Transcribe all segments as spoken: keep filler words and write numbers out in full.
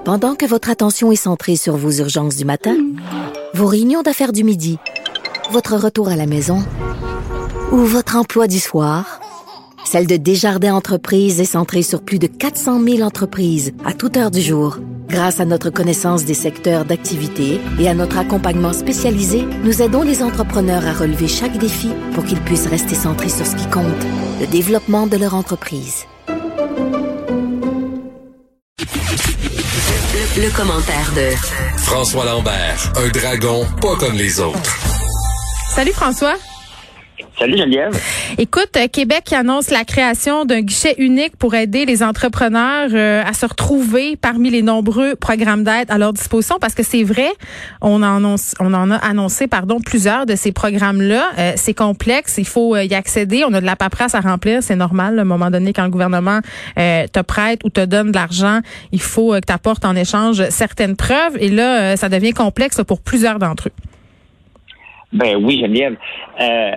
Pendant que votre attention est centrée sur vos urgences du matin, vos réunions d'affaires du midi, votre retour à la maison ou votre emploi du soir, celle de Desjardins Entreprises est centrée sur plus de quatre cent mille entreprises à toute heure du jour. Grâce à notre connaissance des secteurs d'activité et à notre accompagnement spécialisé, nous aidons les entrepreneurs à relever chaque défi pour qu'ils puissent rester centrés sur ce qui compte, le développement de leur entreprise. Le, le commentaire de François Lambert, un dragon pas comme les autres. Salut François. Salut Geneviève. Écoute, Québec qui annonce la création d'un guichet unique pour aider les entrepreneurs euh, à se retrouver parmi les nombreux programmes d'aide à leur disposition, parce que c'est vrai, on en, annonce, on en a annoncé pardon plusieurs de ces programmes-là. Euh, c'est complexe, il faut y accéder, on a de la paperasse à remplir, c'est normal. À un moment donné, quand le gouvernement euh, te prête ou te donne de l'argent, il faut que tu apportes en échange certaines preuves, et là, euh, ça devient complexe là, pour plusieurs d'entre eux. Ben oui, Geneviève. Euh...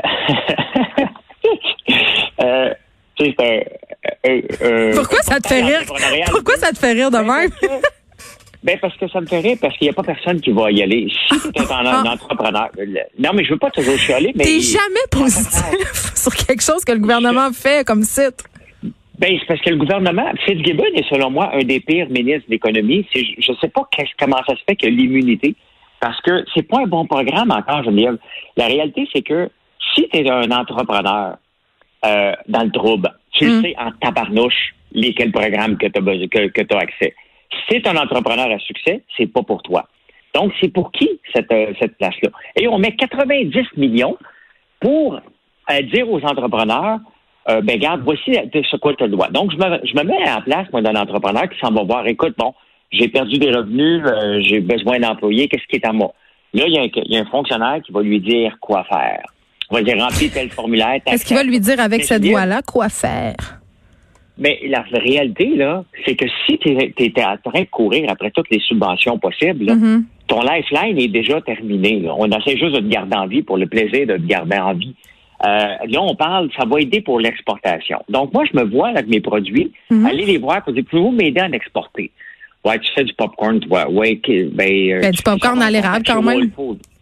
euh, tu sais, euh, euh, euh, Pourquoi ça te fait rire? Pourquoi ça te fait rire de ben même? Parce que, ben parce que ça me fait rire, parce qu'il n'y a pas personne qui va y aller. Si tu es un, un entrepreneur... Non, mais je veux pas toujours chialer, mais... T'es jamais positif sur quelque chose que le gouvernement fait comme site. Ben, c'est parce que le gouvernement... Fitzgibbon est, selon moi, un des pires ministres de l'économie. C'est, je sais pas comment ça se fait qu'il y a l'immunité. Parce que c'est pas un bon programme encore, Geneviève. La réalité, c'est que si tu es un entrepreneur euh, dans le trouble, tu mm. le sais en tabarnouche lesquels programmes que tu as que, que t'as accès. Si tu es un entrepreneur à succès, c'est pas pour toi. Donc, c'est pour qui cette, euh, cette place-là? Et on met quatre-vingt-dix millions pour euh, dire aux entrepreneurs, euh, ben garde, voici ce quoi tu as le droit. Donc, je me, je me mets en place, moi, d'un entrepreneur qui s'en va voir, écoute, bon, j'ai perdu des revenus, euh, j'ai besoin d'employés, qu'est-ce qui est à moi? Là, il y, a un, il y a un fonctionnaire qui va lui dire quoi faire. On va dire remplir tel formulaire. Est-ce qu'il va lui dire avec cette voix-là quoi faire? Mais la, la réalité, là, c'est que si tu étais en train de courir après toutes les subventions possibles, là, mm-hmm. ton lifeline est déjà terminé. Là. On essaie juste de te garder en vie pour le plaisir de te garder en vie. Euh, là, on parle, ça va aider pour l'exportation. Donc, moi, je me vois avec mes produits, mm-hmm. aller les voir pour dire, pouvez-vous m'aider à en exporter? Ouais, tu fais du popcorn, tu vois. Ouais, ben, ben du popcorn à l'érable, quand même.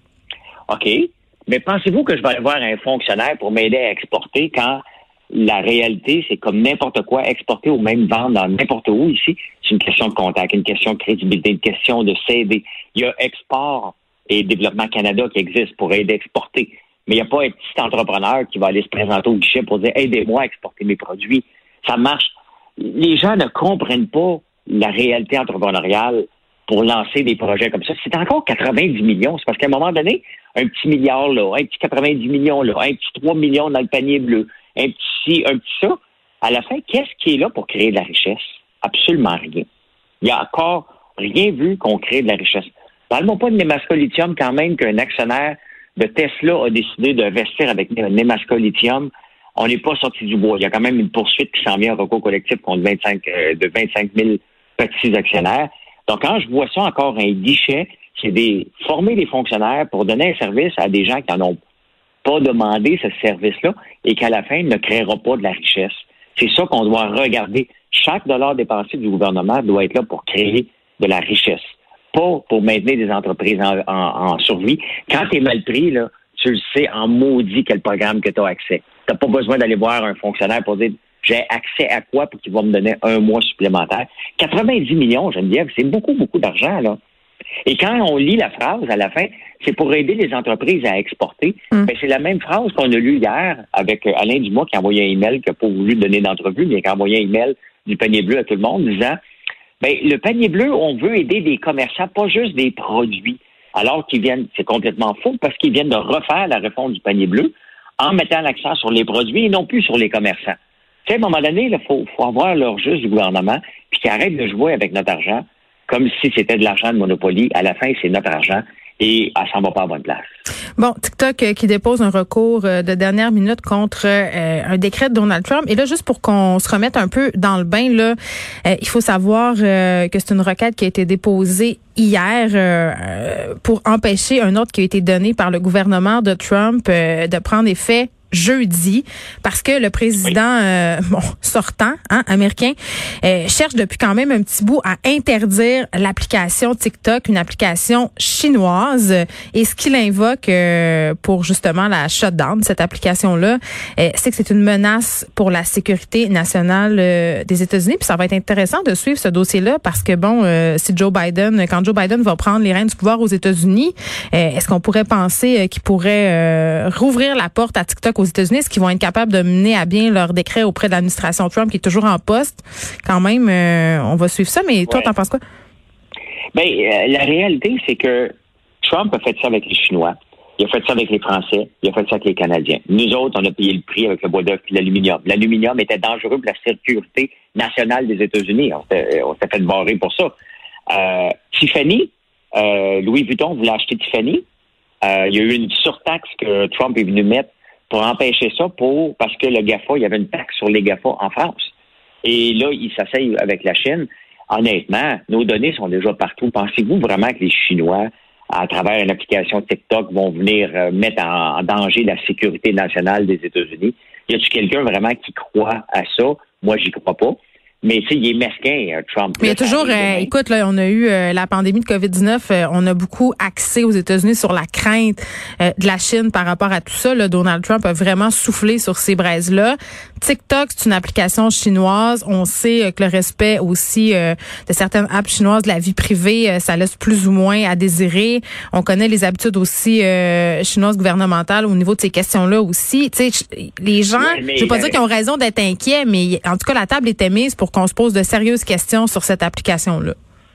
OK. Mais pensez-vous que je vais aller voir un fonctionnaire pour m'aider à exporter quand la réalité, c'est comme n'importe quoi, exporter ou même vendre dans n'importe où ici, c'est une question de contact, une question de crédibilité, une question de s'aider. Il y a Export et Développement Canada qui existe pour aider à exporter. Mais il n'y a pas un petit entrepreneur qui va aller se présenter au guichet pour dire « Aidez-moi à exporter mes produits ». Ça marche. Les gens ne comprennent pas la réalité entrepreneuriale pour lancer des projets comme ça. C'est encore quatre-vingt-dix millions. C'est parce qu'à un moment donné, un petit milliard là, un petit quatre-vingt-dix millions là, un petit trois millions dans le panier bleu, un petit un petit ça. À la fin, qu'est-ce qui est là pour créer de la richesse? Absolument rien. Il n'y a encore rien vu qu'on crée de la richesse. Parle-moi pas de Nemaska Lithium quand même qu'un actionnaire de Tesla a décidé de investir avec Nemaska Lithium. On n'est pas sorti du bois. Il y a quand même une poursuite qui s'en vient en recours collectif contre vingt-cinq, euh, de vingt-cinq mille petits actionnaires. Donc, quand je vois ça encore un guichet, c'est des former des fonctionnaires pour donner un service à des gens qui n'en ont pas demandé ce service-là et qu'à la fin ne créera pas de la richesse. C'est ça qu'on doit regarder. Chaque dollar dépensé du gouvernement doit être là pour créer de la richesse, pas pour maintenir des entreprises en, en, en survie. Quand tu es mal pris, là, tu le sais en maudit quel programme que tu as accès. Tu n'as pas besoin d'aller voir un fonctionnaire pour dire j'ai accès à quoi pour qu'il va me donner un mois supplémentaire. quatre-vingt-dix millions, Geneviève, c'est beaucoup, beaucoup d'argent, là. Et quand on lit la phrase à la fin, c'est pour aider les entreprises à exporter. Mm. Ben, c'est la même phrase qu'on a lue hier avec Alain Dumas qui a envoyé un email, qui n'a pas voulu donner d'entrevue, mais qui a envoyé un email du panier bleu à tout le monde disant ben, le panier bleu, on veut aider des commerçants, pas juste des produits. Alors qu'ils viennent, c'est complètement faux, parce qu'ils viennent de refaire la réforme du panier bleu en mettant l'accent sur les produits et non plus sur les commerçants. Tu sais, à un moment donné, il faut, faut avoir l'heure juste du gouvernement, puis qu'ils arrêtent de jouer avec notre argent comme si c'était de l'argent de Monopoly. À la fin, c'est notre argent et elle s'en va pas à bonne place. Bon, TikTok euh, qui dépose un recours euh, de dernière minute contre euh, un décret de Donald Trump. Et là, juste pour qu'on se remette un peu dans le bain, là, euh, il faut savoir euh, que c'est une requête qui a été déposée hier euh, pour empêcher un ordre qui a été donné par le gouvernement de Trump euh, de prendre effet jeudi parce que le président oui. euh, bon, sortant hein, américain euh, cherche depuis quand même un petit bout à interdire l'application TikTok, une application chinoise. Et ce qu'il invoque euh, pour justement la shutdown de cette application-là, euh, c'est que c'est une menace pour la sécurité nationale euh, des États-Unis. Puis ça va être intéressant de suivre ce dossier-là parce que bon, euh, si Joe Biden, quand Joe Biden va prendre les rênes du pouvoir aux États-Unis, euh, est-ce qu'on pourrait penser euh, qu'il pourrait euh, rouvrir la porte à TikTok aux États-Unis? Est-ce qu'ils vont être capables de mener à bien leur décret auprès de l'administration Trump qui est toujours en poste? Quand même, euh, on va suivre ça. Mais toi, ouais. t'en penses quoi? Ben, euh, la réalité, c'est que Trump a fait ça avec les Chinois. Il a fait ça avec les Français. Il a fait ça avec les Canadiens. Nous autres, on a payé le prix avec le bois d'œuf et l'aluminium. L'aluminium était dangereux pour la sécurité nationale des États-Unis. On s'est, on s'est fait barrer pour ça. Euh, Tiffany, euh, Louis Vuitton voulait acheter Tiffany. Euh, il y a eu une surtaxe que Trump est venu mettre pour empêcher ça, pour parce que le GAFA, il y avait une taxe sur les GAFA en France. Et là, il s'asseye avec la Chine. Honnêtement, nos données sont déjà partout. Pensez-vous vraiment que les Chinois, à travers une application TikTok, vont venir euh, mettre en, en danger la sécurité nationale des États-Unis? Y a-t-il quelqu'un vraiment qui croit à ça? Moi, j'y crois pas. Mais tu sais, il est mesquin, Trump. Mais il y a toujours, euh, écoute, là, on a eu euh, la pandémie de covid dix-neuf, euh, on a beaucoup axé aux États-Unis sur la crainte euh, de la Chine par rapport à tout ça. Là, Donald Trump a vraiment soufflé sur ces braises-là. TikTok, c'est une application chinoise. On sait euh, que le respect aussi euh, de certaines apps chinoises de la vie privée, euh, ça laisse plus ou moins à désirer. On connaît les habitudes aussi euh, chinoises gouvernementales au niveau de ces questions-là aussi. Tu sais, les gens, ouais, mais, je veux pas euh, dire qu'ils ont raison d'être inquiets, mais en tout cas, la table était mise pour qu'on se pose de sérieuses questions sur cette application-là.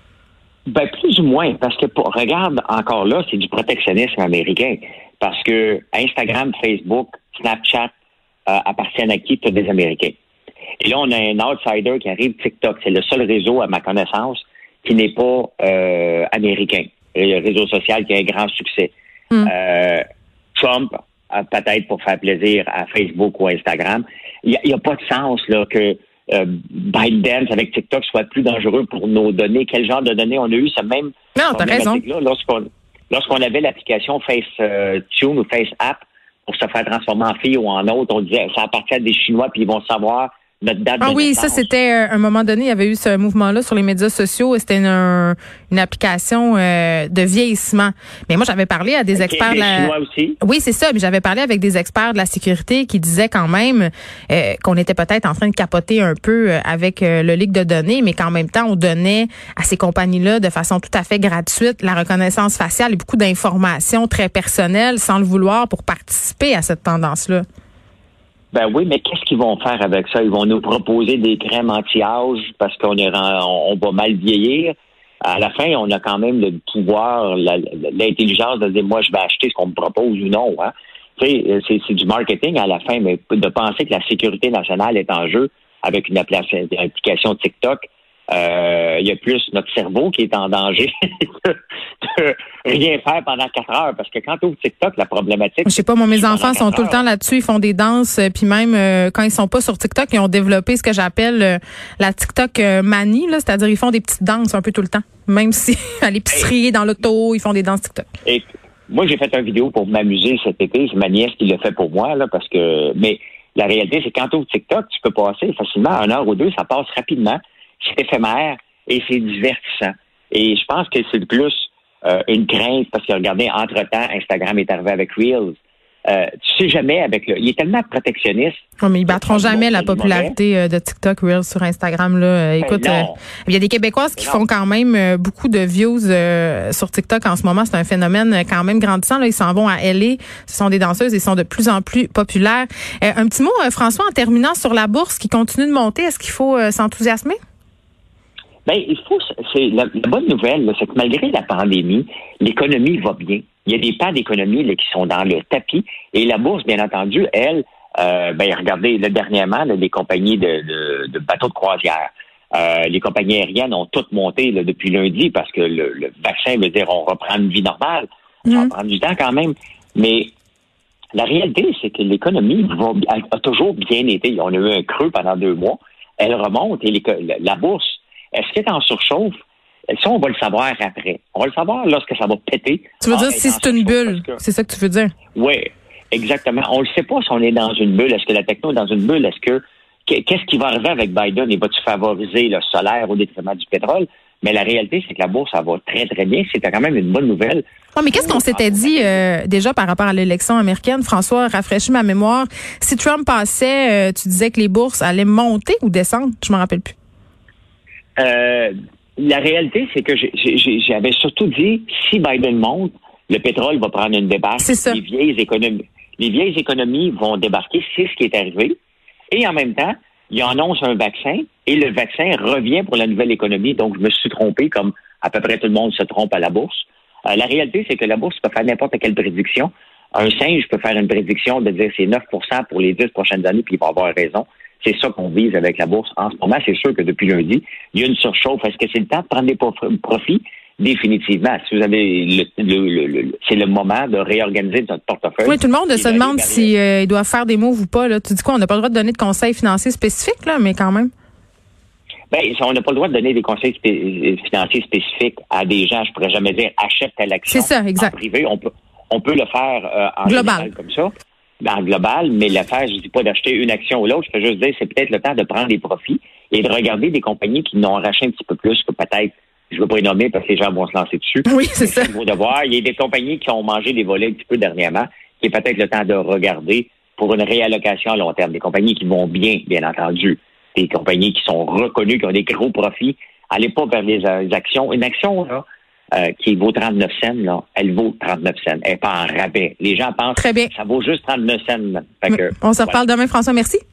Ben, plus ou moins, parce que, pour, regarde, encore là, c'est du protectionnisme américain. Parce que Instagram, Facebook, Snapchat euh, appartiennent à qui? Tous des Américains. Et là, on a un outsider qui arrive, TikTok. C'est le seul réseau, à ma connaissance, qui n'est pas euh, américain. Le réseau social qui a un grand succès. Mm. Euh, Trump, peut-être pour faire plaisir à Facebook ou Instagram, il n'y a, a pas de sens là que Euh, ByteDance avec TikTok soit plus dangereux pour nos données. Quel genre de données on a eu? Ce même non, t'as raison. Lorsqu'on, lorsqu'on avait l'application FaceTune ou FaceApp pour se faire transformer en fille ou en autre, on disait ça appartient à des Chinois puis ils vont savoir notre date ah de oui, naissance. Ça, c'était euh, un moment donné, il y avait eu ce mouvement-là sur les médias sociaux. C'était une, un, une application euh, de vieillissement. Mais moi, j'avais parlé à des okay, experts de la... Chinois aussi? Oui, c'est ça. Mais j'avais parlé avec des experts de la sécurité qui disaient quand même euh, qu'on était peut-être en train de capoter un peu avec euh, le leak de données, mais qu'en même temps, on donnait à ces compagnies-là de façon tout à fait gratuite la reconnaissance faciale et beaucoup d'informations très personnelles sans le vouloir pour participer à cette tendance-là. Ben oui, mais qu'est-ce qu'ils vont faire avec ça? Ils vont nous proposer des crèmes anti-âge parce qu'on est on, on va mal vieillir. À la fin, on a quand même le pouvoir, la, l'intelligence de dire moi je vais acheter ce qu'on me propose ou non. Hein? Tu sais, c'est, c'est du marketing à la fin, mais de penser que la sécurité nationale est en jeu avec une application TikTok. Euh, il y a plus notre cerveau qui est en danger de, de rien faire pendant quatre heures. Parce que quand tu ouvres TikTok, la problématique... Je sais pas, moi, mes enfants sont tout le temps là-dessus. Ils font des danses. Puis même euh, quand ils sont pas sur TikTok, ils ont développé ce que j'appelle euh, la TikTok euh, manie. Là, c'est-à-dire ils font des petites danses un peu tout le temps. Même si à l'épicerie, dans l'auto, ils font des danses TikTok. Et moi, j'ai fait une vidéo pour m'amuser cet été. C'est ma nièce qui l'a fait pour moi. Là, parce que mais la réalité, c'est que quand tu ouvres TikTok, tu peux passer facilement une heure ou deux. Ça passe rapidement. C'est éphémère et c'est divertissant. Et je pense que c'est plus euh, une crainte parce que, regardez, entre-temps, Instagram est arrivé avec Reels. Euh, tu sais jamais avec le... Il est tellement protectionniste. Oui, mais ils battront jamais la popularité euh, de TikTok, Reels sur Instagram. Là. Écoute, euh, il y a des Québécoises qui font quand même euh, beaucoup de views euh, sur TikTok en ce moment. C'est un phénomène quand même grandissant. Là. Ils s'en vont à L A. Ce sont des danseuses et sont de plus en plus populaires. Euh, un petit mot, euh, François, en terminant sur la bourse qui continue de monter. Est-ce qu'il faut euh, s'enthousiasmer? Ben, il faut, c'est la, la bonne nouvelle, là, c'est que malgré la pandémie, l'économie va bien. Il y a des pans d'économie là, qui sont dans le tapis. Et la bourse, bien entendu, elle, euh, ben, regardez, là, dernièrement, là, les compagnies de, de, de bateaux de croisière, euh, les compagnies aériennes ont toutes monté là, depuis lundi parce que le, le vaccin veut dire on reprend une vie normale. Ça va prendre du temps quand même. Mais la réalité, c'est que l'économie va, a toujours bien été. On a eu un creux pendant deux mois. Elle remonte et les, la, la bourse, est-ce qu'elle est en surchauffe? Ça, on va le savoir après. On va le savoir lorsque ça va péter. Tu veux ah, dire si c'est une bulle? Que... C'est ça que tu veux dire? Oui. Exactement. On ne sait pas si on est dans une bulle. Est-ce que la techno est dans une bulle? Est-ce que qu'est-ce qui va arriver avec Biden? Il va-tu favoriser le solaire au détriment du pétrole? Mais la réalité, c'est que la bourse, ça va très, très bien. C'était quand même une bonne nouvelle. Ouais, mais qu'est-ce qu'on s'était dit euh, déjà par rapport à l'élection américaine? François, rafraîchis ma mémoire. Si Trump passait, euh, tu disais que les bourses allaient monter ou descendre? Je me rappelle plus. Euh, la réalité, c'est que j'ai, j'ai, j'avais surtout dit, si Biden monte, le pétrole va prendre une débarque. C'est ça. Les vieilles économies, les vieilles économies vont débarquer. C'est ce qui est arrivé. Et en même temps, il annonce un vaccin et le vaccin revient pour la nouvelle économie. Donc, je me suis trompé comme à peu près tout le monde se trompe à la bourse. Euh, la réalité, c'est que la bourse peut faire n'importe quelle prédiction. Un singe peut faire une prédiction de dire c'est neuf pour cent pour les dix prochaines années, puis il va avoir raison. C'est ça qu'on vise avec la bourse en ce moment. C'est sûr que depuis lundi, il y a une surchauffe. Est-ce que c'est le temps de prendre des profits? Définitivement. Si vous avez le, le, le, le c'est le moment de réorganiser notre portefeuille. Oui, tout le monde se demande si euh, il doit faire des moves ou pas. Là. Tu dis quoi? On n'a pas le droit de donner de conseils financiers spécifiques, là, mais quand même. Ben, on n'a pas le droit de donner des conseils spé- financiers spécifiques à des gens. Je pourrais jamais dire achète telle action. C'est ça, exact. En privé, on peut, on peut le faire euh, en global général comme ça, en global, mais l'affaire, je dis pas d'acheter une action ou l'autre. Je peux juste dire c'est peut-être le temps de prendre des profits et de regarder des compagnies qui n'ont arraché un petit peu plus que peut-être. Je ne veux pas les nommer parce que les gens vont se lancer dessus. Oui, c'est ça. Il faut devoir. Il y a des compagnies qui ont mangé des volets un petit peu dernièrement, qui est peut-être le temps de regarder pour une réallocation à long terme. Des compagnies qui vont bien, bien entendu. Des compagnies qui sont reconnues, qui ont des gros profits. Allez pas vers les, les actions. Une action là, euh, qui vaut trente-neuf cents, là, elle vaut trente-neuf cents. Elle n'est pas en rabais. Les gens pensent Très bien. que ça vaut juste trente-neuf cents. Fait que, On se reparle voilà. demain, François. Merci.